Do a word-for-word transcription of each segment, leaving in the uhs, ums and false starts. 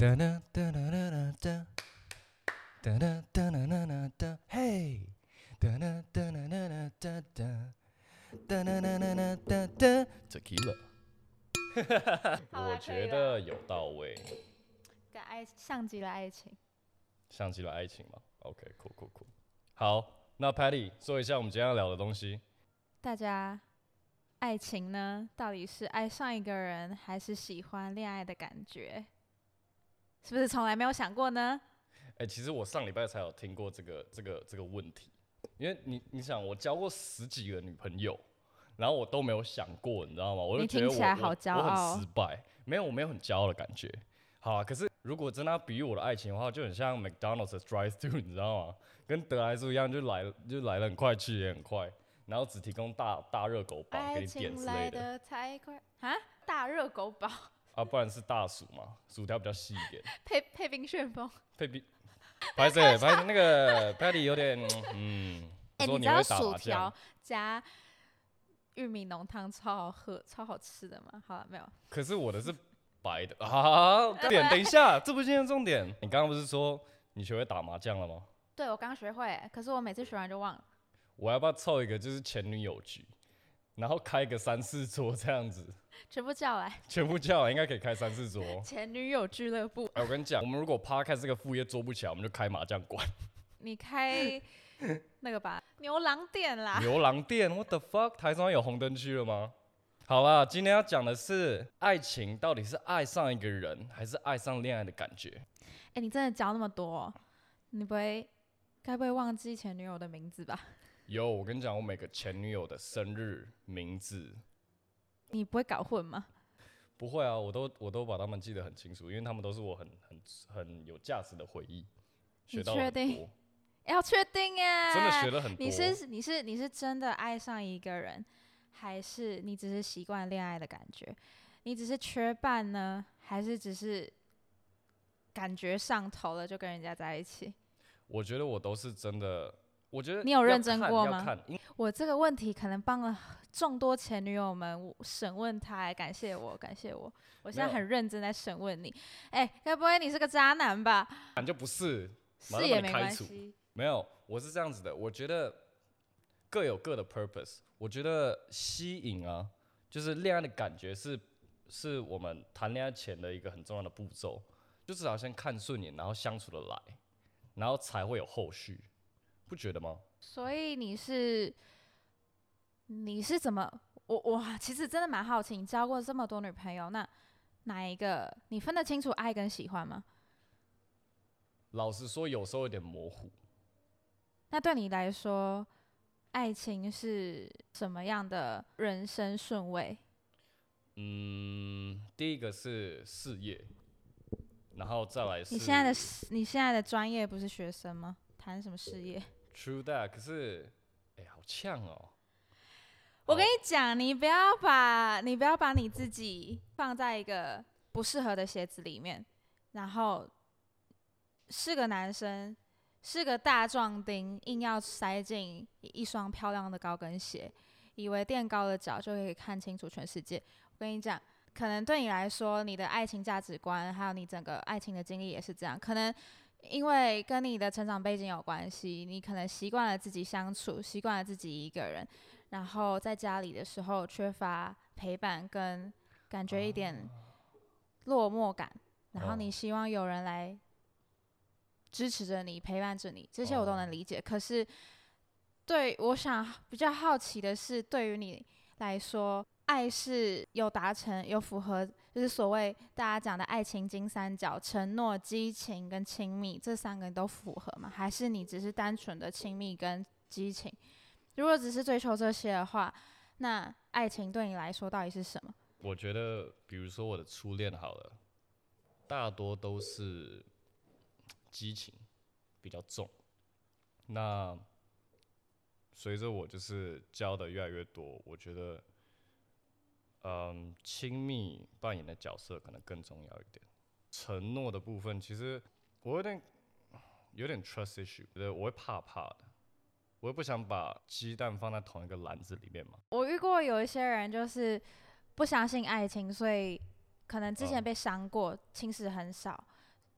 哒哒哒哒哒哒哒哒哒哒哒哒，嘿，哒哒哒哒哒哒哒哒哒哒哒哒哒 ，Tequila，我觉得有到位， 跟爱像极了爱情。 像极了爱情嘛。OK，酷酷酷。好，那 Patty 说一下我们今天要聊的东西。 大家爱情呢，到底是爱上一个人，还是喜欢恋爱的感觉？是不是从来没有想过呢？ 哎、欸，其实我上礼拜才有听过这个这个这个问题，因为你你想，我交过十几个女朋友，然后我都没有想过，你知道吗？我就觉得我你听起来好骄傲我我很失败，没有我没有很骄傲的感觉。好啊，可是如果真的要比喻我的爱情的话，就很像 McDonald's 的 drive-thru， 你知道吗？跟德莱素一样，就来就来得很快，去也很快，然后只提供大大热狗堡给你点之类爱情来的。 得太快啊！大热狗堡啊，不然是大薯嘛，薯条比较细一点。 配配冰旋风。 配比，拍摄拍摄那个 Patty 有点嗯， 哎、 说你知道会打麻薯条将， 加玉米浓汤超好喝、超好吃的吗？好了，没有。 可是我的是白的啊。点，等一下，这不是今天的重点。你刚刚不是说你学会打麻将了吗？ 对，我刚学会，可是我每次学完就忘了。 我要不要凑一个就是前女友局，然后开个三四桌这样子， 全部叫来， 全部叫来应该可以开三四桌。 前女友俱乐部。 哎，我跟你讲，我们如果 Podcast 这个副业做不起来，我们就开麻将馆。 你开那个吧，牛郎店啦。 牛郎店 ，What the fuck？台中有红灯区了吗？好啦，今天要讲的是爱情到底是爱上一个人，还是爱上恋爱的感觉？ 哎、欸，你真的教那么多，你不会，该不会忘记前女友的名字吧？ 有，我跟你讲，我每个前女友的生日、名字， 你不会搞混吗？ 不会啊，我都我都把他们记得很清楚，因为他们都是我很很很有价值的回忆，学到了很多。 要确定耶， 真的学了很多。 你是你是你是真的爱上一个人，还是你只是习惯恋爱的感觉？你只是缺伴呢，还是只是感觉上头了就跟人家在一起？ 我觉得我都是真的，我觉得你有认真过吗？ 要看， 我这个问题可能帮了众多前女友们审问他，感谢我，感谢我，我现在很认真在审问你。哎，该不会你是个渣男吧？ 就不是， 是也没关系。 没有，我是这样子的，我觉得各有各的 purpose。我觉得吸引啊，就是恋爱的感觉是，是我们谈恋爱前的一个很重要的步骤，就至少先看顺眼，然后相处的来，然后才会有后续，不觉得吗？ 所以你是你是怎么？我我其实真的蛮好奇，你交过这么多女朋友，那哪一个你分得清楚爱跟喜欢吗？ 老实说，有时候有点模糊。 那对你来说，爱情是什么样的人生顺位？ 嗯，第一个是事业，然后再来是你现在的你现在的专业不是学生吗？谈什么事业 ？True that， 可是，哎、欸，好呛哦。 我跟你讲，你不要把你不要把你自己放在一个不适合的鞋子里面，然后是个男生。是个大壮丁，硬要塞进一双漂亮的高跟鞋，以为垫高了脚就可以看清楚全世界。我跟你讲，可能对你来说，你的爱情价值观，还有你整个爱情的经历也是这样。可能因为跟你的成长背景有关系，你可能习惯了自己相处，习惯了自己一个人，然后在家里的时候缺乏陪伴跟感觉一点落寞感，然后你希望有人来支持着你，陪伴着你，这些我都能理解。Oh. 可是，对我想比较好奇的是，对于你来说，爱是有达成、有符合，就是所谓大家讲的爱情金三角：承诺、激情跟亲密，这三个都符合吗？还是你只是单纯的亲密跟激情？如果只是追求这些的话，那爱情对你来说到底是什么？ 我觉得，比如说我的初恋好了，大多都是激情比较重，那随着我就是交的越来越多，我觉得，嗯，亲密扮演的角色可能更重要一点。承诺的部分，其实我有点有点 trust issue， 我会怕怕的，我也不想把鸡蛋放在同一个篮子里面嘛。 我遇过有一些人就是不相信爱情，所以可能之前被伤过，情史很少。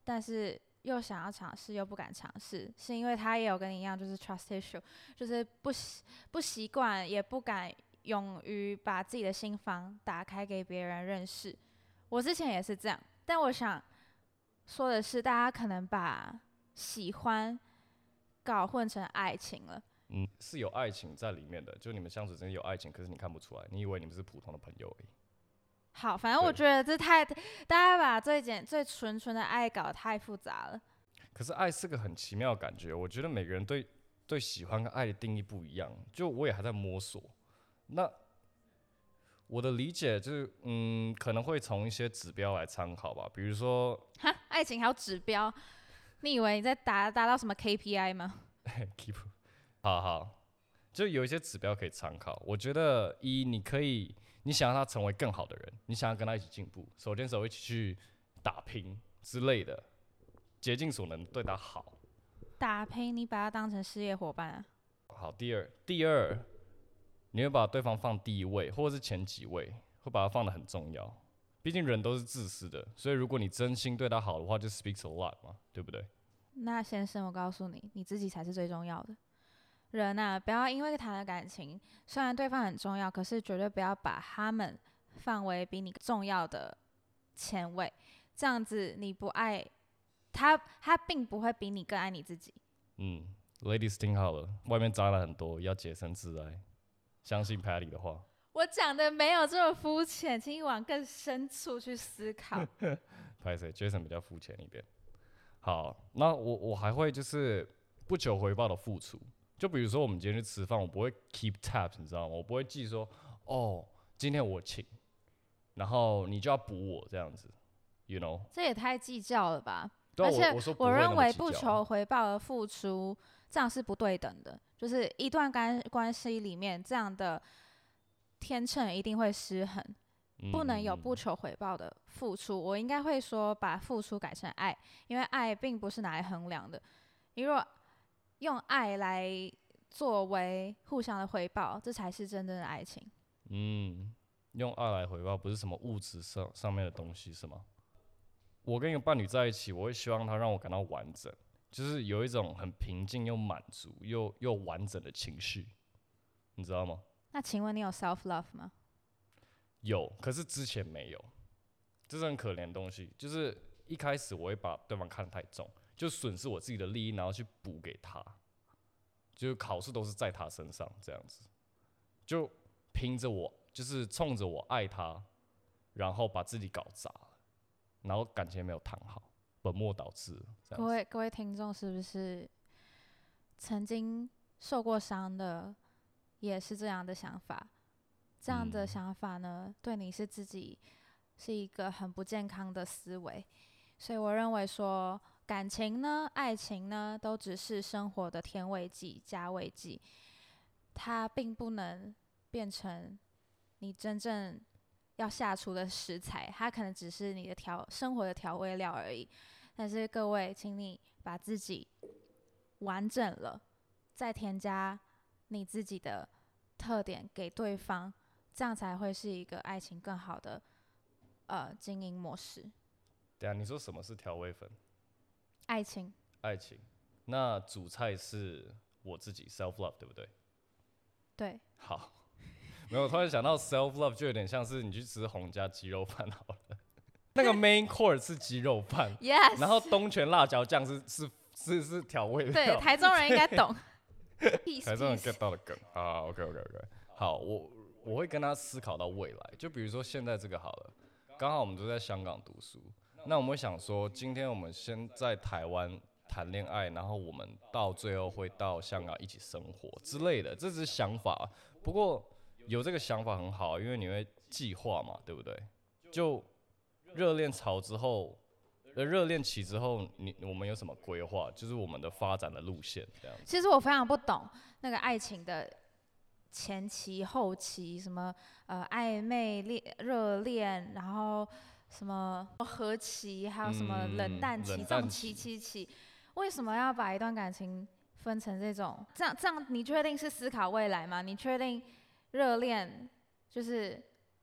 但是又想要尝试又不敢尝试，是因为他也有跟你一样，就是 trust issue， 就是不习不习惯，也不敢勇于把自己的心房打开给别人认识。我之前也是这样，但我想说的是，大家可能把喜欢搞混成爱情了。 嗯，是有爱情在里面的，就你们相处之间有爱情，可是你看不出来，你以为你们是普通的朋友而已。 好，反正我觉得这太，大家把最简最纯纯的爱搞得太复杂了。 可是爱是个很奇妙的感觉，我觉得每个人对对喜欢跟爱的定义不一样，就我也还在摸索。那我的理解就是，嗯，可能会从一些指标来参考吧，比如说， 哈，爱情还有指标？你以为你在达达到什么 K P I 吗 ？keep， 好好，就有一些指标可以参考。我觉得一，你可以，你想让他成为更好的人，你想要跟他一起进步，手牵手一起去打拼之类的，竭尽所能对他好。 打拼，你把他当成事业伙伴啊？ 好，第二，第二。你会把对方放第一位，或者是前几位，会把他放得很重要。毕竟人都是自私的，所以如果你真心对他好的话，就 speaks a lot 嘛，对不对？ 那先生，我告诉你，你自己才是最重要的。人啊，不要因为谈了感情，虽然对方很重要，可是绝对不要把他们放为比你重要的前位。这样子，你不爱他，他并不会比你更爱你自己。 嗯 ，ladies 听好了，外面渣男很多，要洁身自爱。相信 Patty 的话， 我讲的没有这么肤浅，请你往更深处去思考。 拍谁 Jason 比较肤浅一点。好，那我我还会就是不求回报的付出，就比如说我们今天去吃饭，我不会 keep tabs， 你知道吗？我不会记说哦，今天我请，然后你就要补我这样子 ，you know？ 这也太计较了吧？ 对啊， 而且我我我认为不求回报的付出，这样是不对等的。就是一段关关系里面，这样的天秤一定会失衡，不能有不求回报的付出。我应该会说，把付出改成爱，因为爱并不是拿来衡量的。你如果用爱来作为互相的回报，这才是真正的爱情。 嗯，用爱来回报，不是什么物质上上面的东西，是吗？我跟一个伴侣在一起，我会希望他让我感到完整。就是有一种很平静又满足又又完整的情绪，你知道吗？ 那请问你有 self love 吗？ 有，可是之前没有，这是很可怜的东西。就是一开始我会把对方看得太重，就损失我自己的利益，然后去补给他，就是考试都是在他身上这样子，就拼着我，就是冲着我爱他，然后把自己搞砸了，然后感情没有谈好。本末倒置。 各位各位听众，是不是曾经受过伤的，也是这样的想法？这样的想法呢，嗯、对你是自己是一个很不健康的思维。所以我认为说，感情呢、爱情呢，都只是生活的添味剂、加味剂，它并不能变成你真正要下厨的食材，它可能只是你的调生活的调味料而已。但是各位，请你把自己完整了，再添加你自己的特点给对方，这样才会是一个爱情更好的呃经营模式。 对啊，你说什么是调味粉？ 爱情。 爱情。那主菜是我自己 self love， 对不对？ 对。 好，没有，我突然想到 self love 就有点像是你去吃洪家鸡肉饭好了。那个 main course 是鸡肉饭， yes， 然后东泉辣椒酱是是是是调味料。 对，台中人应该懂。 台中人 get 到的梗啊 ，OK OK OK。好，我我会跟他思考到未来，就比如说现在这个好了，刚好我们都在香港读书，那我们会想说，今天我们先在台湾谈恋爱，然后我们到最后会到香港一起生活之类的，这只是想法。不过有这个想法很好，因为你会计划嘛，对不对？就热恋潮之后，呃，热恋期之后，你我们有什么规划？就是我们的发展的路线这样子。 其实我非常不懂那个爱情的前期、后期，什么呃暧昧、恋、热恋，然后什么和期，还有什么冷淡期、 嗯、 这种期期期，为什么要把一段感情分成这种？这样这样，你确定是思考未来吗？你确定热恋就是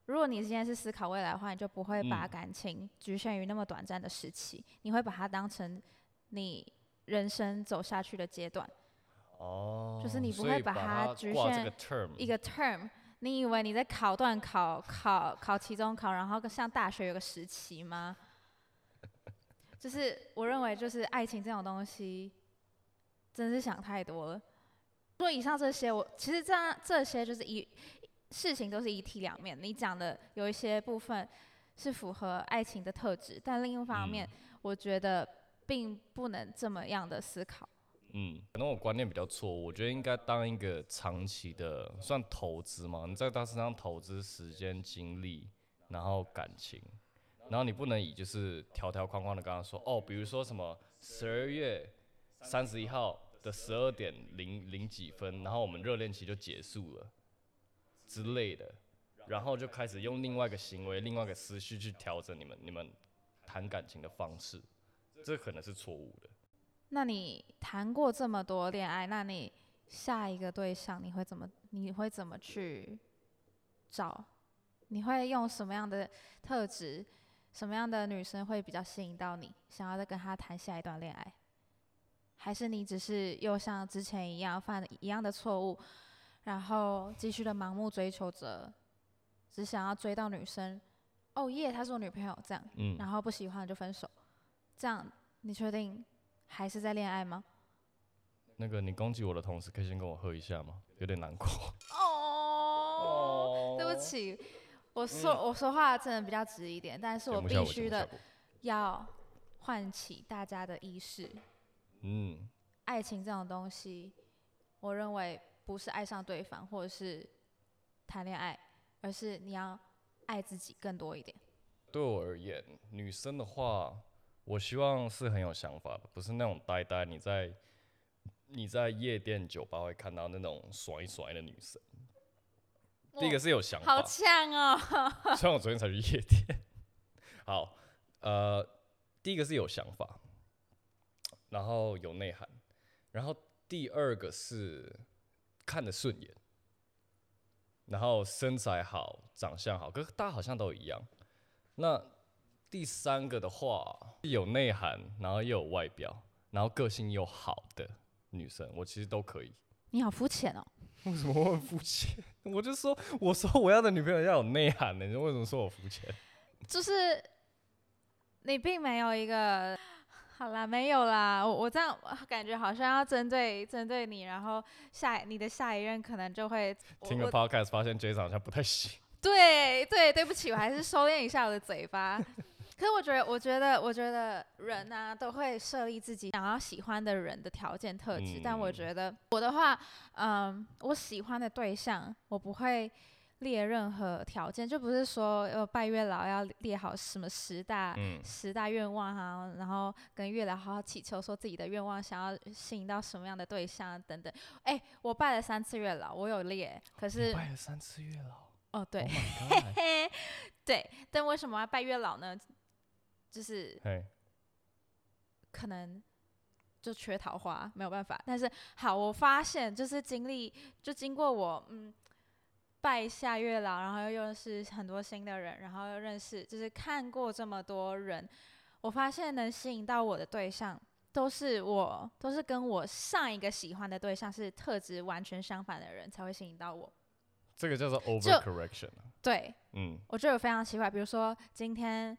如果你今天是思考未来的话，你就不会把嗯感情局限于那么短暂的时期，你会把它当成你人生走下去的阶段，就是哦， 你不所以把会把它它挂这个局限 term， 一个 term。你以为你在考段考考考期中考，然后像大学有个时期吗？就是我认为，就是爱情这种东西，真是想太多了。说以上这些，我其实这样这些就是一事情都是一体两面。你讲的有一些部分是符合爱情的特质，但另一方面， 嗯我觉得并不能这么样的思考。 嗯，可能我观念比较错误，我觉得应该当一个长期的算投资嘛，你在他身上投资时间、精力，然后感情，然后你不能以就是条条框框的跟他说，哦，比如说什么十二月三十一号的十二点零零几分，然后我们热恋期就结束了之类的，然后就开始用另外一个行为、另外一个思绪去调整你们你们谈感情的方式，这可能是错误的。 那你谈过这么多恋爱，那你下一个对象你会怎么你会怎么去找？你会用什么样的特质？什么样的女生会比较吸引到你，想要再跟她谈下一段恋爱？还是你只是又像之前一样犯一样的错误，然后继续的盲目追求着，只想要追到女生，哦耶，她是我女朋友这样， 嗯， 然后不喜欢就分手，这样你确定还是在恋爱吗？ 那个你攻击我的同时，可以先跟我喝一下吗？有点难过。 哦，对不哦， 起，我说、 嗯， 我说话真的比较直一点，但是我节目效果，节必须的目效果。 要唤起大家的意识。 嗯， 爱情这种东西，我认为不是爱上对方或者是谈恋爱，而是你要爱自己更多一点。 对我而言，女生的话，我希望是很有想法的，不是那种呆呆你在你在夜店酒吧会看到那种甩一甩的女生。第一个是有想好法， 呛哦！ 虽然我昨天才去夜店。好，呃，第一个是有想法，然后有内涵，然后第二个是看得顺眼，然后身材好，长相好，可是大家好像都一样。那第三个的话，有内涵，然后又有外表，然后个性又好的女生，我其实都可以。 你好肤浅哦。 为什么我很肤浅？我就说，我说我要的女朋友要有内涵的，你为什么说我肤浅？ 就是你并没有一个，好啦，没有啦，我我这样感觉好像要针对针对你，然后下你的下一任可能就会听了 podcast 发现 Jason 好像不太行。 对对，对不起，我还是收敛一下我的嘴巴。可是我觉得，我觉得，我觉得人啊都会设立自己想要喜欢的人的条件特质， 嗯但我觉得我的话，嗯，我喜欢的对象，我不会列任何条件，就不是说呃拜月老要列好什么十大、 嗯十大愿望啊，然后跟月老好好祈求说自己的愿望想要吸引到什么样的对象等等。哎，我拜了三次月老，我有列，可你是拜了三次月老。 哦对。 Oh my god！ 对，但为什么要拜月老呢？就是嘿， 可能就缺桃花，没有办法。但是好，我发现就是经历，就经过我嗯拜一下月老，然后又认识很多新的人，然后又认识就是看过这么多人，我发现能吸引到我的对象。都是我，都是跟我上一个喜欢的对象是特质完全相反的人才会吸引到我。 这个叫做就 overcorrection 啊。 对， 嗯我觉得有非常奇怪。比如说今天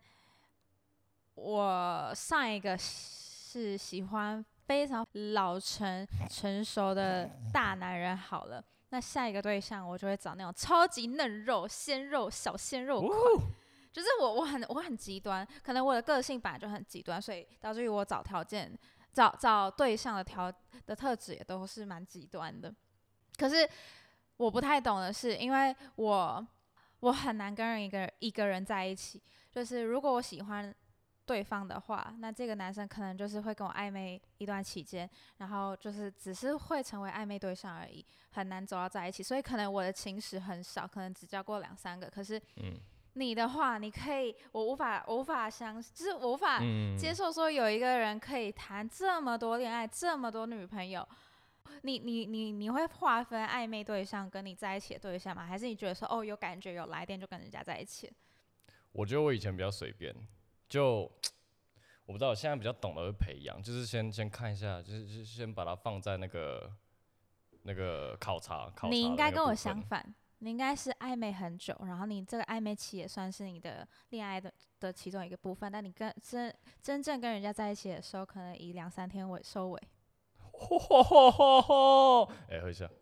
我上一个是喜欢非常老成成熟的大男人，好了，那下一个对象我就会找那种超级嫩肉、鲜肉、小鲜肉款。 哦就是我我很我很极端，可能我的个性本来就很极端，所以导致于我找条件、找找对象的条的特质也都是蛮极端的。可是我不太懂的是，因为我我很难跟人一个一个人在一起。就是如果我喜欢对方的话，那这个男生可能就是会跟我暧昧一段期间，然后就是只是会成为暧昧对象而已，很难走到在一起。所以可能我的情史很少，可能只交过两三个。可是嗯你的话，你可以，我无法我无法相，就是我无法嗯， 接受说有一个人可以谈这么多恋爱，这么多女朋友， 你你你你会划分暧昧对象跟你在一起的对象吗？还是你觉得说哦有感觉有来电就跟人家在一起？ 我觉得我以前比较随便，就我不知道，现在比较懂得会培养，就是先先看一下，就是就先把它放在那个那个考察考察你应的该跟我那个部分。 相反，你应该是暧昧很久，然后你这个暧昧期也算是你的恋爱的的其中一个部分，但你跟真真正跟人家在一起的时候，可能以两三天尾收尾。 吼吼吼吼吼！哎，喝一下。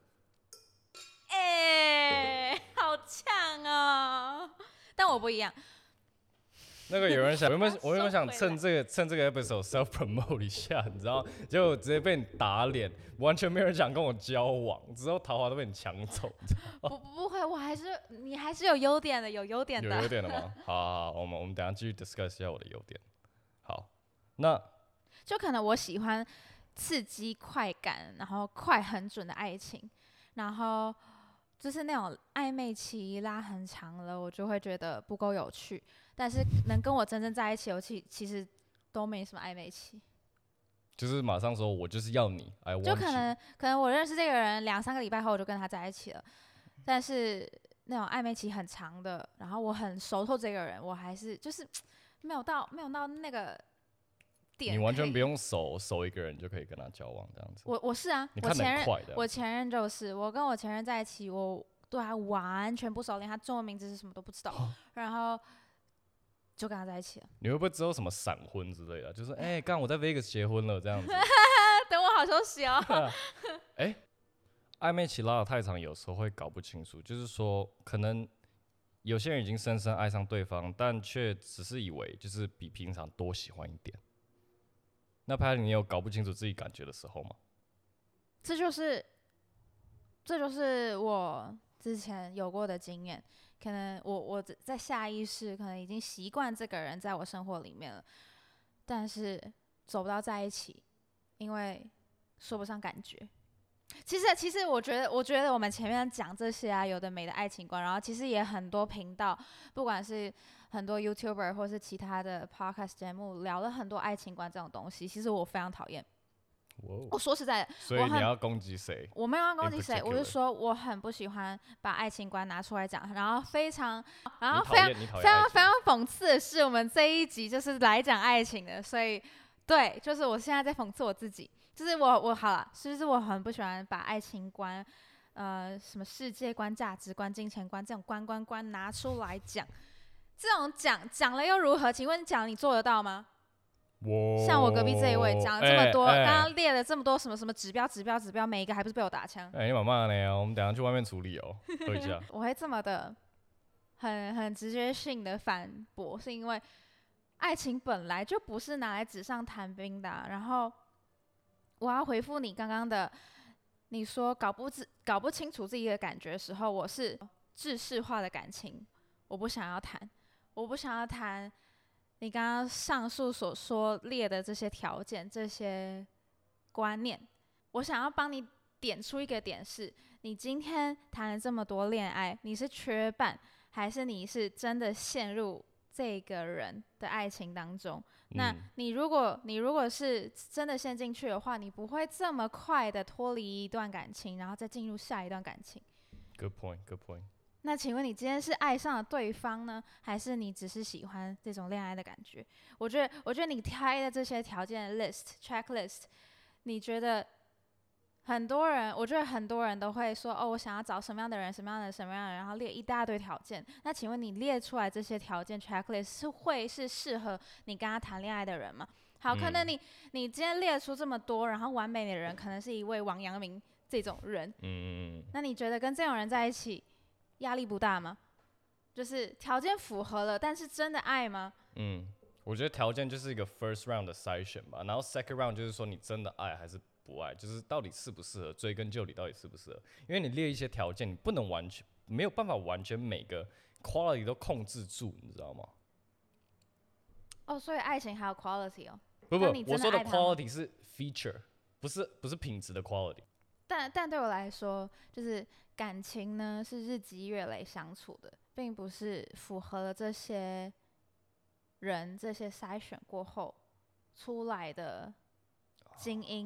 哎、欸，好呛哦！但我不一样。 那个有人想，我原本我原本想收回来趁这个趁这个 episode self promote 一下，你知道，结果直接被你打脸，完全没有人想跟我交往，之后桃花都被你抢走， 不不会，我还是你还是有优点的，有优点的。 有优点了吗？好好好，我们我们等一下继续 discuss 一下我的优点。好，那就可能我喜欢刺激、快感，然后快很准的爱情，然后就是那种暧昧期拉很长了，我就会觉得不够有趣。但是能跟我真正在一起，我其其实都没什么暧昧期， 就是马上说我就是要你，I want 就可 you。 能可能我认识这个人两三个礼拜后我就跟他在一起了，但是那种暧昧期很长的，然后我很熟透这个人，我还是就是没有到没有到那个点， 你完全不。用熟熟一个人就可以跟他交往这样子。 我我是啊， 你看得我前任很快的。 我前任就是我跟我前任在一起，我对他完全不熟，连他中文名字是什么都不知道，然后就跟他在一起了。 你会不会之后什么闪婚之类的？就是哎，刚、我在 Vegas 结婚了这样子。 等我好休息哦。 哎、暧昧期拉得太长，有时候会搞不清楚。就是说，可能有些人已经深深爱上对方，但却只是以为就是比平常多喜欢一点。那拍你有搞不清楚自己感觉的时候吗？ 这就是这就是我之前有过的经验，可能我我在下意识可能已经习惯这个人在我生活里面了，但是走不到在一起，因为说不上感觉。其实，其实我觉得，我觉得我们前面讲这些啊，有的没的爱情观，然后其实也很多频道，不管是很多 YouTuber 或是其他的 Podcast 节目，聊了很多爱情观这种东西。其实我非常讨厌。 哇， 我说实在的， 所以你要攻击谁？ 我没有要攻击谁， In 我是 particular 说我很不喜欢把爱情观拿出来讲，然后非常，然后你讨非常厌你讨非厌爱情常非常讽刺的是，我们这一集就是来讲爱情的，所以对，就是我现在在讽刺我自己，就是我我好了，就是我很不喜欢把爱情观，呃，什么世界观、价值观、金钱观这种观观观拿出来讲，这种讲讲了又如何？请问你讲你做得到吗？像我隔壁这一位讲了这么多，刚哎刚列了这么多什么什么指标、指标、指标，每一个还不是被我打枪？ 哎、你蛮慢的呀，我们等一下去外面处理哦，喝一下。 我会这么的很很直觉性的反驳，是因为爱情本来就不是拿来纸上谈兵的啊、然后我要回复你刚刚的，你说搞不知搞不清楚自己的感觉的时候，我是制式化的感情，我不想要谈，我不想要谈你刚刚上述所说列的这些条件、这些观念，我想要帮你点出一个点是，你今天谈了这么多恋爱，你是缺伴，还是你是真的陷入这个人的爱情当中？那嗯你如果你如果是真的陷进去的话，你不会这么快的脱离一段感情，然后再进入下一段感情。 ，Good point，Good point。 那请问你今天是爱上了对方呢，还是你只是喜欢这种恋爱的感觉？我觉得，我觉得你开的这些条件的 list checklist， 你觉得很多人，我觉得很多人都会说，哦，我想要找什么样的人，什么样的什么样的人，然后列一大堆条件。那请问你列出来这些条件 checklist 是会是适合你跟他谈恋爱的人吗？好，可能嗯你你今天列出这么多，然后完美的人可能是一位王阳明这种人， 嗯， 那你觉得跟这种人在一起压力不大吗？就是条件符合了，但是真的爱吗？ 嗯，我觉得条件就是一个 first round 的筛选吧，然后 second round 就是说你真的爱还是不爱，就是到底适不适合，追根究底到底适不适合。因为你列一些条件，你不能完全没有办法完全每个 quality 都控制住，你知道吗？ 哦，所以爱情还有 quality 哦。 不不那你，真我说的的爱他吗 quality 是 feature，不是不是品质的 quality。 但但对我来说，就是感情呢是日积月累相处的，并不是符合了这些人这些筛选过后出来的精英，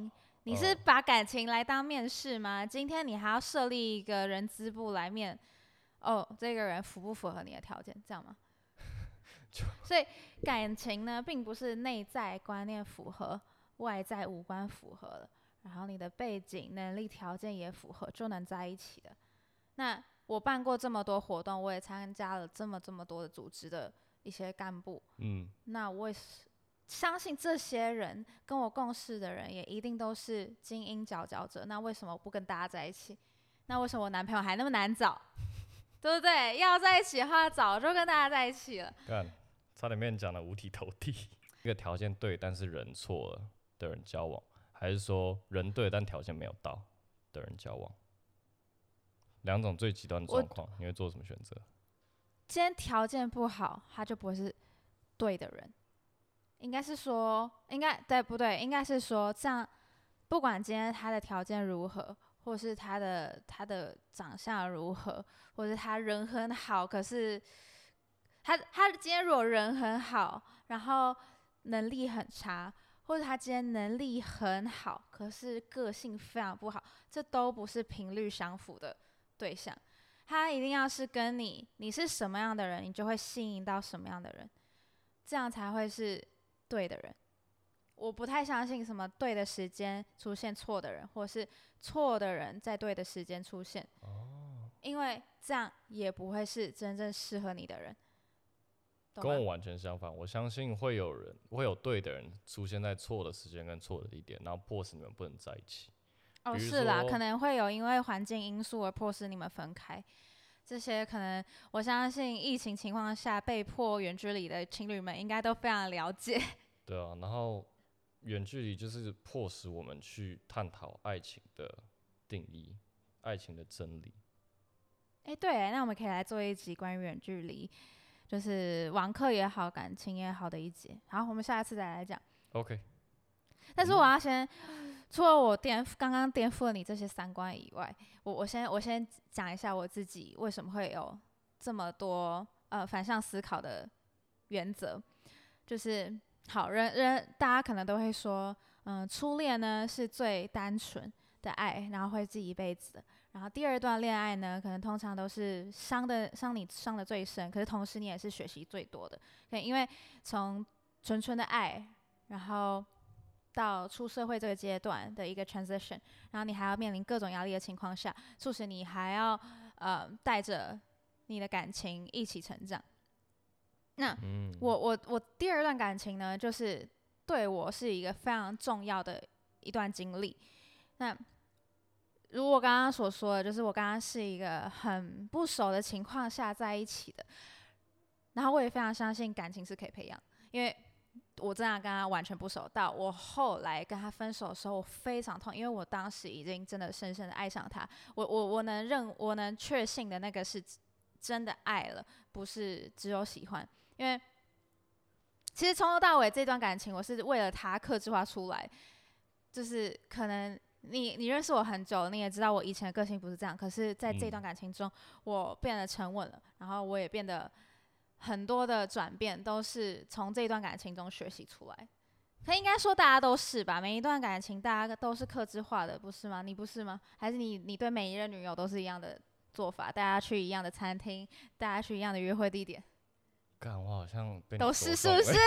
你是把感情来当面试吗？今天你还要设立一个人资部来面，哦，这个人符不符合你的条件，这样吗？所以感情呢，并不是内在观念符合，外在五官符合了，然后你的背景、能力、条件也符合，就能在一起的。那我办过这么多活动，我也参加了这么这么多的组织的一些干部， 嗯， 那我也是相信这些人跟我共事的人，也一定都是精英佼佼者。那为什么我不跟大家在一起？那为什么我男朋友还那么难找？对不对？要在一起的话，早就跟大家在一起了。 干，差点面讲的五体投地。一个条件对，但是人错了的人交往，还是说人对但条件没有到的人交往？两种最极端的状况，你会做什么选择？ 今天条件不好，他就不会是对的人。应该是说，应该对不对？应该是说，这样不管今天他的条件如何，或是他的他的长相如何，或是他人很好，可是他他今天如果人很好，然后能力很差，或者他今天能力很好，可是个性非常不好，这都不是频率相符的对象。他一定要是跟你，你是什么样的人，你就会吸引到什么样的人，这样才会是对的人。我不太相信什么对的时间出现错的人，或是错的人在对的时间出现， 哦， 因为这样也不会是真正适合你的人。 跟我完全相反，我相信会有人会有对的人出现在错的时间跟错的地点，然后迫使你们不能在一起。 哦，是啦，可能会有因为环境因素而迫使你们分开。这些可能我相信疫情情况下被迫远距离的情侣们应该都非常了解。 对啊，然后远距离就是迫使我们去探讨爱情的定义、爱情的真理。 哎，对，那我们可以来做一集关于远距离，就是网课也好，感情也好的一集。好，我们下一次再来讲。 OK。 但是我要先，除了我颠刚刚颠覆了你这些三观以外，我我先我先讲一下我自己为什么会有这么多呃反向思考的原则。就是好人人大家可能都会说，嗯、呃，初恋呢是最单纯的爱，然后会记一辈子的。然后第二段恋爱呢，可能通常都是伤的伤你伤的最深，可是同时你也是学习最多的。对，因为从纯纯的爱，然后到出社会这个阶段的一个 transition， 然后你还要面临各种压力的情况下，促使你还要呃带着你的感情一起成长。那、嗯、我我我第二段感情呢，就是对我是一个非常重要的一段经历。那如我刚刚所说的，就是我刚刚是一个很不熟的情况下在一起的，然后我也非常相信感情是可以培养，因为我真的跟他完全不熟，到我后来跟他分手的时候，我非常痛，因为我当时已经真的深深的爱上他，我我我能认我能确信的那个是真的爱了，不是只有喜欢，因为其实从头到尾这段感情，我是为了他客制化出来，就是可能。你你认识我很久，你也知道我以前的个性不是这样。可是，在这段感情中，我变得沉稳了，然后我也变得很多的转变都是从这段感情中学习出来。可应该说大家都是吧，每一段感情大家都是客制化的，不是吗？你不是吗？还是你你对每一任女友都是一样的做法？大家去一样的餐厅，大家去一样的约会地点？ 干，我好像被你都是是不是？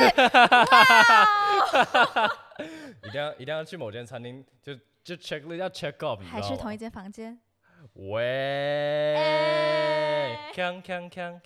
一定要一定要去某间餐厅，就就 check 要 check up， 还去同一间房间？ 喂，锵锵锵锵！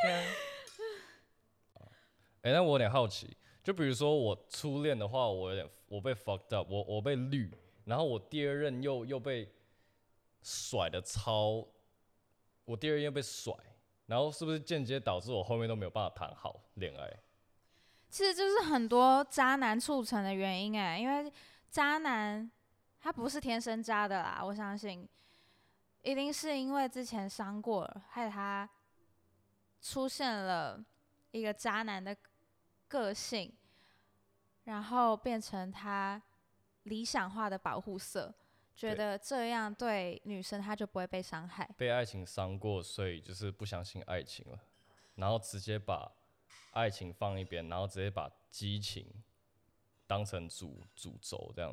哎，那我有点好奇，就比如说我初恋的话，我有点我被 fucked up， 我我被绿，然后我第二任又又被甩的超，我第二任又被甩，然后是不是间接导致我后面都没有办法谈好恋爱？ 其实就是很多渣男促成的原因哎，因为渣男他不是天生渣的啦，我相信一定是因为之前伤过了，害他出现了一个渣男的个性，然后变成他理想化的保护色，觉得这样对女生他就不会被伤害。 被爱情伤过，所以就是不相信爱情了，然后直接把爱情放一边，然后直接把激情当成主主轴这样子。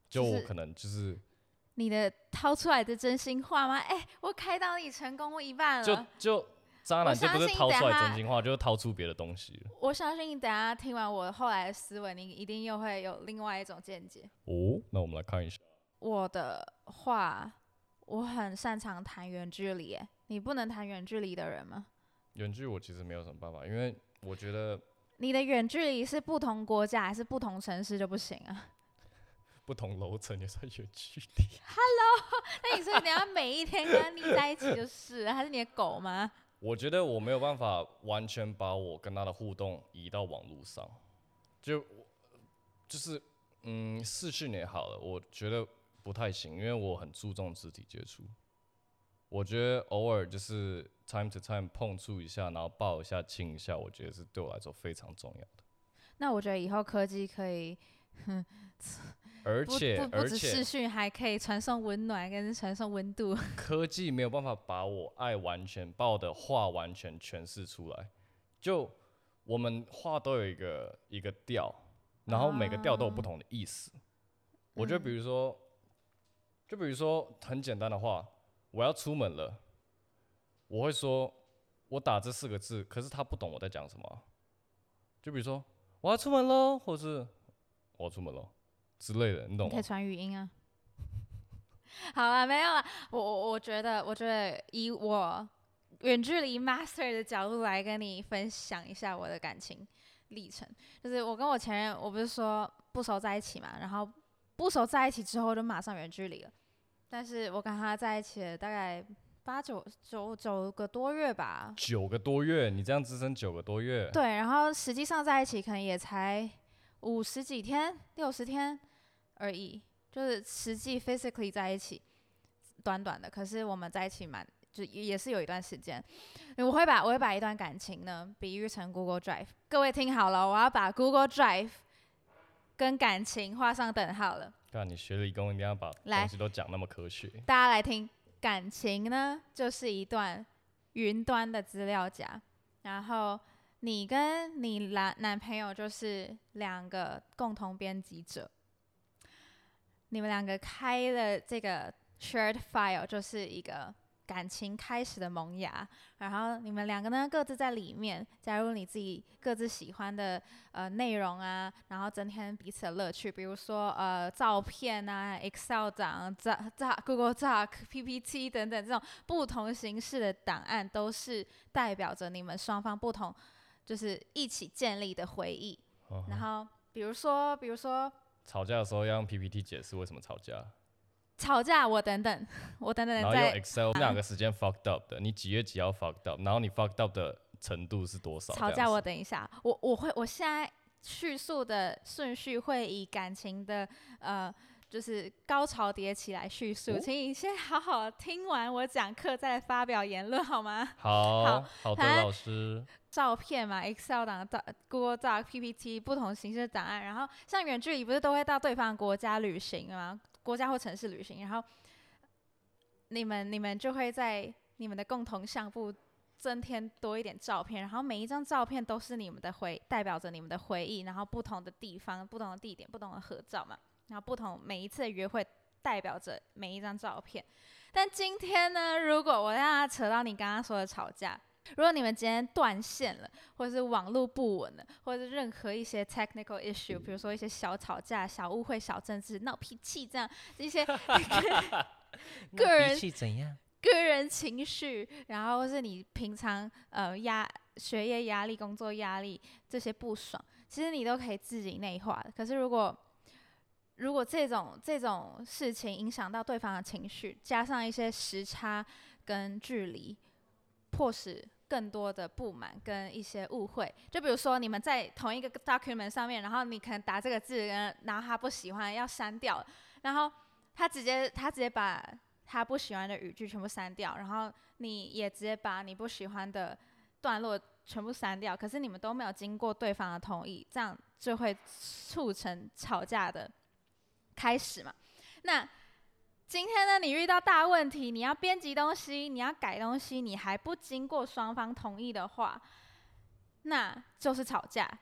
就我可能就是你的掏出来的真心话吗？哎、欸，我开导你成功一半了。 就就渣男就不是掏出来真心话，就是掏出别的东西了。 我相信你等一下听完我后来的思维，你一定又会有另外一种见解。 哦，那我们来看一下。 我的话，我很擅长谈远距离，哎，你不能谈远距离的人吗？ 远距我其实没有什么办法，因为我觉得你的远距离是不同国家还是不同城市就不行啊？ 不同楼层也算远距离。 Hello， 那你说你要每一天跟他腻在一起就是了，还是你的狗吗？ 我觉得我没有办法完全把我跟他的互动移到网络上，就就是嗯，视讯也好了，我觉得不太行，因为我很注重肢体接触。我觉得偶尔就是 time to time 碰触一下，然后抱一下、亲一下，我觉得是对我来说非常重要的。 那我觉得以后科技可以，哼， 而且不不不止视讯，还可以传送温暖跟传送温度。 科技没有办法把我爱完全、把我的话完全诠释出来。就我们话都有一个一个调，然后每个调都有不同的意思。啊、我觉得，比如说，嗯、就比如说很简单的话，我要出门了，我会说，我打这四个字，可是他不懂我在讲什么。就比如说，我要出门喽，或是我要出门喽之类的，你懂吗？ 你可以传语音啊。好了，没有了。我我我觉得，我觉得以我远距离 master 的角度来跟你分享一下我的感情历程。就是我跟我前任，我不是说不熟在一起嘛，然后不熟在一起之后就马上远距离了。但是我跟他在一起了大概八九九九个多月吧。 九个多月，你这样支撑九个多月？ 对，然后实际上在一起可能也才五十几天、六十天而已，就是实际 physically 在一起，短短的。可是我们在一起蛮，就也是有一段时间。我会把我会把一段感情呢比喻成 Google Drive。各位听好了，我要把 Google Drive 跟感情画上等号了。 干，你学理工一定要把东西都讲那么科学。 大家来听，感情呢就是一段云端的资料夹，然后你跟你男男朋友就是两个共同编辑者，你们两个开了这个 shared file， 就是一个感情开始的萌芽，然后你们两个呢各自在里面加入你自己各自喜欢的呃内容啊，然后增添彼此的乐趣，比如说呃照片啊、Excel 档、Google Doc、P P T 等等这种不同形式的档案，都是代表着你们双方不同就是一起建立的回忆。Uh huh. 然后比如说，比如说吵架的时候要用 P P T 解释为什么吵架。 吵架，我等等，我等等。 然后用 Excel， 哪个时间 fucked up 的？你几月几号 fucked up？ 然后你 fucked up 的程度是多少？ 吵架，我等一下，我我会，我现在叙述的顺序会以感情的呃，就是高潮迭起来叙述，哦、请你先好好听完我讲课，再来发表言论好吗？ 好，好，好的，老师。 照片嘛 ，Excel 档、Google Doc、P P T 不同形式的档案，然后像远距离不是都会到对方的国家旅行吗？国家或城市旅行，然后你们你们就会在你们的共同相簿增添多一点照片，然后每一张照片都是你们的回，代表着你们的回忆，然后不同的地方、不同的地点、不同的合照嘛，然后不同每一次的约会代表着每一张照片。但今天呢，如果我让他扯到你刚刚说的吵架，如果你们今天断线了，或者是网络不稳了，或者是任何一些 technical issue， 比如说一些小吵架、小误会、小争执、闹脾气这样一些个人怎样？ 个人情绪，然后或是你平常呃压学业压力、工作压力这些不爽，其实你都可以自己内化的。可是如果如果这种这种事情影响到对方的情绪，加上一些时差跟距离，迫使更多的不满跟一些误会，就比如说你们在同一个 document 上面，然后你可能打这个字，然后他不喜欢要删掉，然后他直接他直接把他不喜欢的语句全部删掉，然后你也直接把你不喜欢的段落全部删掉，可是你们都没有经过对方的同意，这样就会促成吵架的开始嘛。那今天呢，你遇到大问题，你要编辑东西，你要改东西，你还不经过双方同意的话，那就是吵架。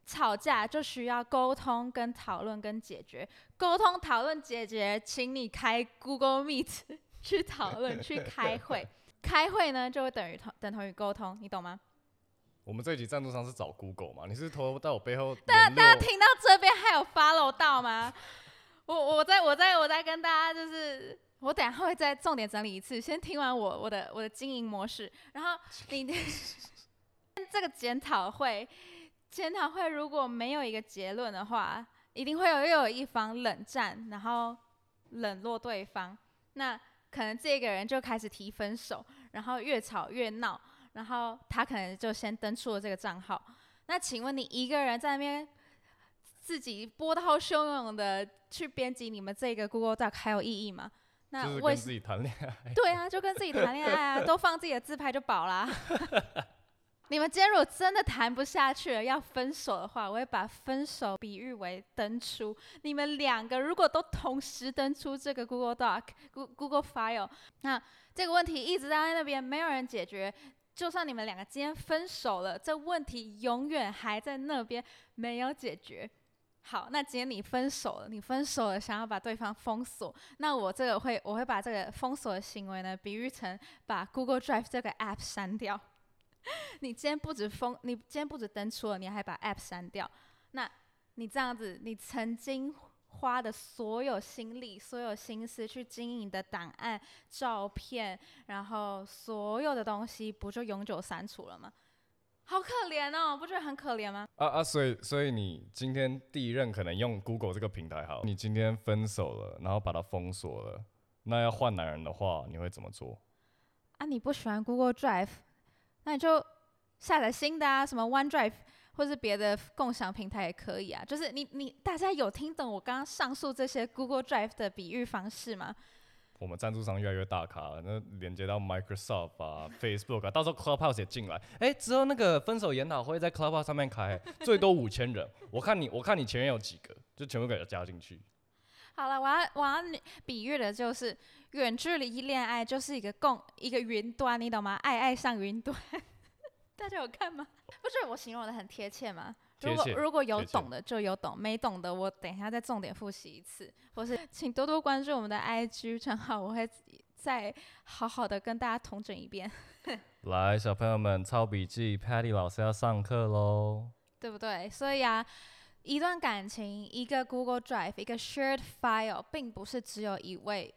吵架就需要沟通、跟讨论、跟解决。沟通、讨论、解决，请你开 Google Meet 去讨论、去开会。开会呢，就会等于等同于沟通，你懂吗？ 我们这一集赞助商是找 Google 嘛？你是偷到我背后？ 大家大家听到这边还有 follow 到吗？我我再我再我再跟大家就是，我等一下会再重点整理一次，先听完我我的我的经营模式，然后你这个检讨会，检讨会如果没有一个结论的话，一定会有又有一方冷战，然后冷落对方，那可能这个人就开始提分手，然后越吵越闹，然后他可能就先登出了这个账号。那请问你一个人在那边自己波涛汹涌的去编辑你们这个 Google Doc 还有意义吗？那就是跟自己谈恋爱。 对啊，就跟自己谈恋爱啊，都放自己的自拍就饱啦。你们今天如果真的谈不下去了，要分手的话，我会把分手比喻为登出。你们两个如果都同时登出这个 Google Doc、Google File， 那这个问题一直在那边，没有人解决。就算你们两个今天分手了，这问题永远还在那边，没有解决。好，那今天你分手了，你分手了，想要把对方封锁，那我这个会，我会把这个封锁的行为呢，比喻成把 Google Drive 这个 App 删掉。你今天不止封，你今天不止登出了，你还把 App 删掉，那你这样子，你曾经花的所有心力、所有心思去经营你的档案、照片，然后所有的东西，不就永久删除了吗？好可怜哦，不觉得很可怜吗？ 啊啊，所以所以你今天第一任可能用 Google 这个平台好，你今天分手了，然后把它封锁了，那要换男人的话，你会怎么做？ 啊，你不喜欢 Google Drive， 那你就下载新的啊，什么 OneDrive 或是别的共享平台也可以啊。就是你你大家有听懂我刚刚上述这些 Google Drive 的比喻方式吗？ 我们赞助商越来越大咖了，那连接到 Microsoft 啊、Facebook 啊，到时候 Clubhouse 也进来。哎、欸，之后那个分手研讨会在 Clubhouse 上面开，最多五千人。我看你，我看你前面有几个，就全部给它加进去。 好了，我要我要比喻的就是远距离恋爱就是一个共一个云端，你懂吗？爱爱上云端，大家有看吗？不觉得我形容的很贴切吗？如果如果有懂的就有懂，没懂的我等一下再重点复习一次，或是请多多关注我们的 I G 账号，我会再好好的跟大家统整一遍。 来，小朋友们抄笔记 ，Patty 老师要上课喽， 对不对？所以啊，一段感情，一个 Google Drive， 一个 Shared File， 并不是只有一位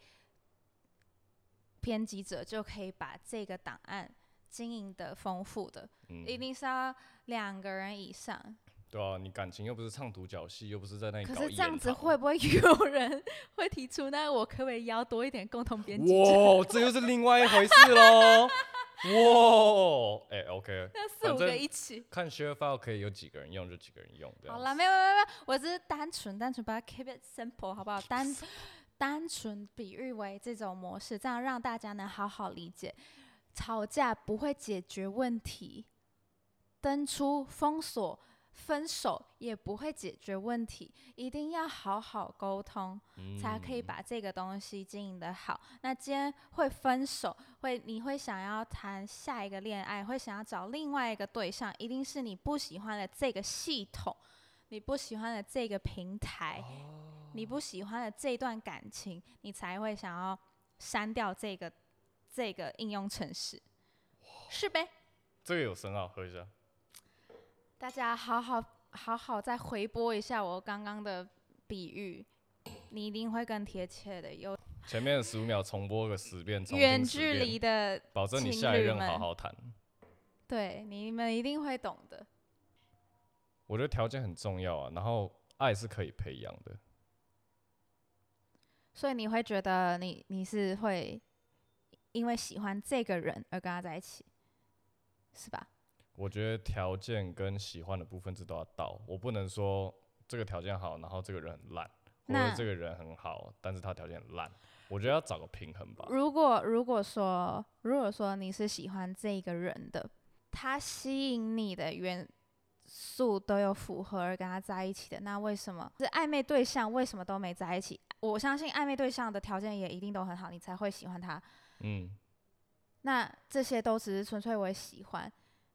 编辑者就可以把这个档案经营的丰富的、嗯，一定是要两个人以上。 对啊，你感情又不是唱独角戏，又不是在那里搞一言堂。 可是这样子会不会有人会提出，那我可不可以邀多一点共同编辑？ 哇，这又是另外一回事喽！哇，哎、欸、，OK， 那四五个一起看 share file 可以有几个人用就几个人用。 好了，没有没有没有，我只是单纯单纯把它 keep it simple， 好不好？单单纯比喻为这种模式，这样让大家能好好理解。吵架不会解决问题，登出封锁。分手也不会解决问题，一定要好好沟通、嗯，才可以把这个东西经营得好。那今天会分手，会你会想要谈下一个恋爱，会想要找另外一个对象，一定是你不喜欢的这个系统，你不喜欢的这个平台，哦、你不喜欢的这段感情，你才会想要删掉这个这个应用程式，是呗？ 这个有深奥，喝一下。 大家好好好好再回播一下我刚刚的比喻，你一定会更贴切的。有前面的十五秒重播个十遍， 远距离的， 保证你下一任好好谈。 对，你们一定会懂的。 我觉得条件很重要啊，然后爱是可以培养的。 所以你会觉得你你是会因为喜欢这个人而跟他在一起，是吧？ 我觉得条件跟喜欢的部分这都要到，我不能说这个条件好，然后这个人很烂，或者这个人很好，但是他条件很烂。我觉得要找个平衡吧。 如果如果说如果说你是喜欢这个人的，他吸引你的元素都有符合而跟他在一起的，那为什么是暧昧对象为什么都没在一起？我相信暧昧对象的条件也一定都很好，你才会喜欢他。嗯，那这些都只是纯粹为喜欢。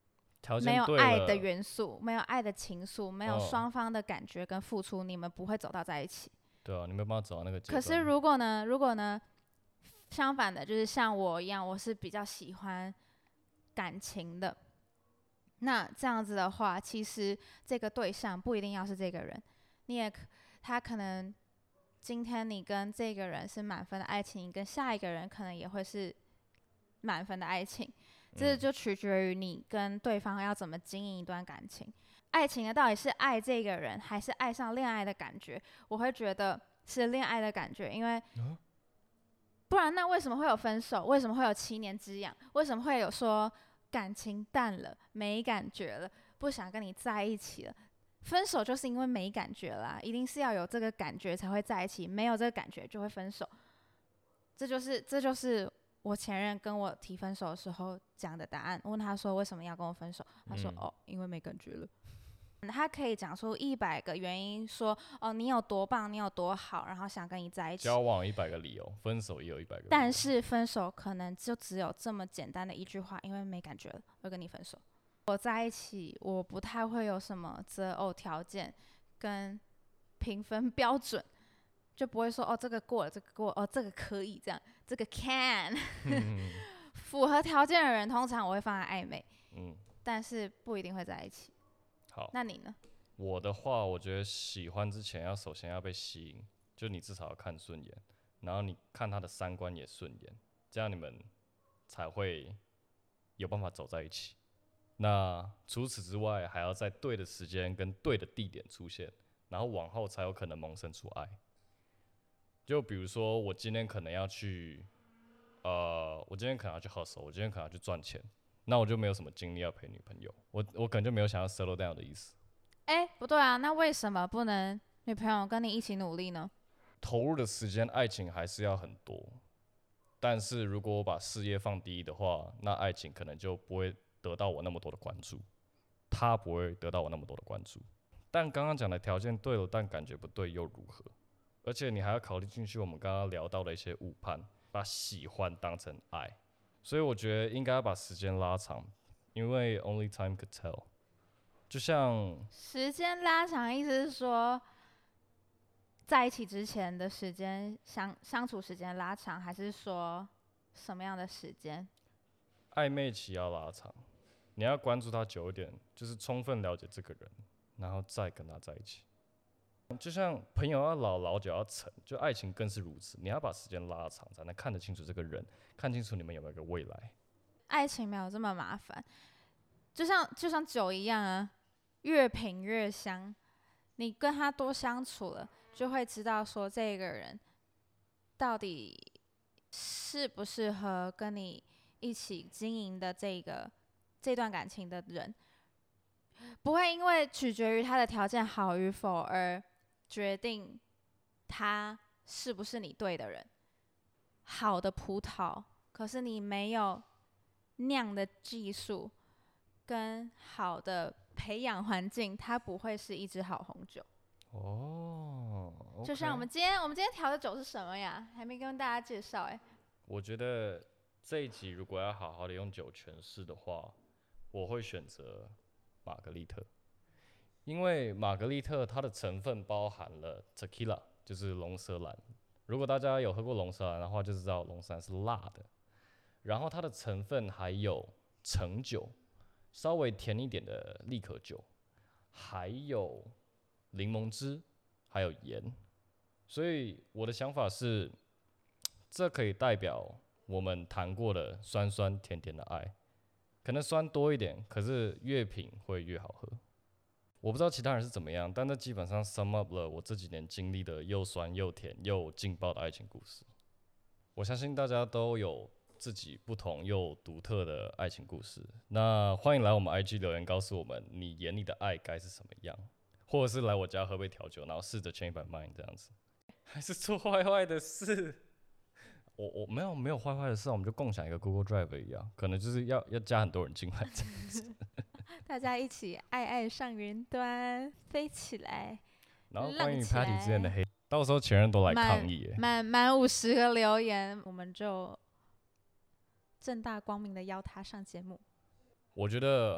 条没有件对了爱的元素，没有爱的情愫，没有哦双方的感觉跟付出，你们不会走到在一起。 对啊，你没有办法走到那个阶可段。 是如果呢，如果呢，相反的，就是像我一样，我是比较喜欢感情的。那这样子的话，其实这个对象不一定要是这个人，你也可他可能今天你跟这个人是满分的爱情，你跟下一个人可能也会是满分的爱情，这嗯就取决于你跟对方要怎么经营一段感情。爱情呢，到底是爱这个人，还是爱上恋爱的感觉？我会觉得是恋爱的感觉，因为啊不然那为什么会有分手？为什么会有七年之痒？为什么会有说感情淡了，没感觉了，不想跟你在一起了？分手就是因为没感觉啦，一定是要有这个感觉才会在一起，没有这个感觉就会分手。这就是这就是我前任跟我提分手的时候讲的答案。问他说为什么要跟我分手，他说、 嗯哦，因为没感觉了。他可以讲出一百个原因说，哦，你有多棒，你有多好，然后想跟你在一起。 交往一百个理由，分手也有一百个理由。 但是分手可能就只有这么简单的一句话，因为没感觉了，会跟你分手。我在一起，我不太会有什么择偶条件跟评分标准，就不会说哦这个过了，这个过了，哦这个可以这样，这个 can 嗯符合条件的人，通常我会放在暧昧， 嗯， 但是不一定会在一起。 好。 那你呢？ 我的话，我觉得喜欢之前要首先要被吸引，就你至少要看顺眼，然后你看他的三观也顺眼，这样你们才会有办法走在一起。那除此之外，还要在对的时间跟对的地点出现，然后往后才有可能萌生出爱。就比如说，我今天可能要去，呃，我今天可能要去 hustle，我今天可能要去赚钱，那我就没有什么精力要陪女朋友，我我可能就没有想要 settle down 的意思。 哎、不对啊，那为什么不能女朋友跟你一起努力呢？ 投入的时间，爱情还是要很多。但是如果我把事业放第一的话，那爱情可能就不会得到我那么多的关注，他不会得到我那么多的关注。但刚刚讲的条件对了，但感觉不对又如何？而且你还要考虑进去我们刚刚聊到的一些误判，把喜欢当成爱，所以我觉得应该要把时间拉长，因为 only time could tell。就像时间拉长，意思是说，在一起之前的时间相相处时间拉长，还是说什么样的时间？ 暧昧期要拉长，你要关注他久一点，就是充分了解这个人，然后再跟他在一起。就像朋友要老，老酒要沉，就爱情更是如此。你要把时间拉长，才能看得清楚这个人，看清楚你们有没有个未来。 爱情没有这么麻烦，就像就像酒一样啊，越品越香。你跟他多相处了，就会知道说这个人到底适不适合跟你一起经营的这个这段感情的人，不会因为取决于他的条件好与否而决定他是不是你对的人。好的葡萄，可是你没有酿的技术跟好的培养环境，它不会是一支好红酒。 哦， 就像我们今天，我们今天调的酒是什么呀？还没跟大家介绍哎。 我觉得这一集如果要好好的用酒诠释的话，我会选择玛格丽特，因为玛格丽特它的成分包含了 tequila， 就是龙舌兰。如果大家有喝过龙舌兰的话，就知道龙舌兰是辣的。然后它的成分还有橙酒，稍微甜一点的利可酒，还有柠檬汁，还有盐。所以我的想法是，这可以代表我们谈过的酸酸甜甜的爱，可能酸多一点，可是越品会越好喝。我不知道其他人是怎么样，但这基本上 sum up 了我这几年经历的又酸又甜又劲爆的爱情故事。我相信大家都有自己不同又独特的爱情故事。那欢迎来我们 I G 留言告诉我们，你眼里的爱该是什么样，或者是来我家喝杯调酒，然后试着 change my mind 这样子，还是做坏坏的事。我我没有没有坏坏的事，我们就共享一个 Google Drive 一样，可能就是要要加很多人进来这样子。 大家一起爱爱上云端，飞起来！ 然后关于浪起 Patty 之前的来黑，到时候前任都来满抗议耶。 满满五十个留言，我们就正大光明的邀他上节目。 我觉得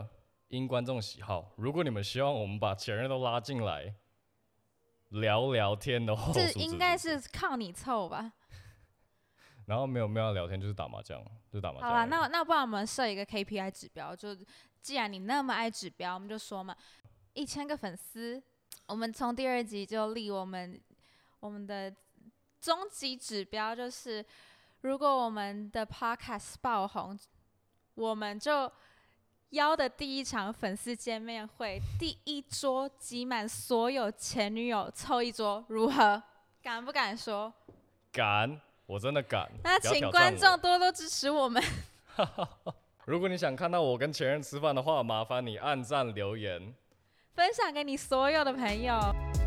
因观众喜好，如果你们希望我们把前任都拉进来聊聊天的话， 这应该是靠你凑吧。 然后没有没有要聊天，就是打麻将，就是打麻将。 好了，那那不然我们设一个 K P I 指标，就既然你那么爱指标，我们就说嘛，一千个粉丝，我们从第二集就立我们我们的终极指标，就是如果我们的 Podcast 爆红，我们就邀的第一场粉丝见面会，第一桌挤满所有前女友凑一桌，如何？敢不敢说？ 敢，我真的敢。 那请观众多多支持我们。 如果你想看到我跟前任吃饭的话，麻烦你按赞留言， 分享给你所有的朋友。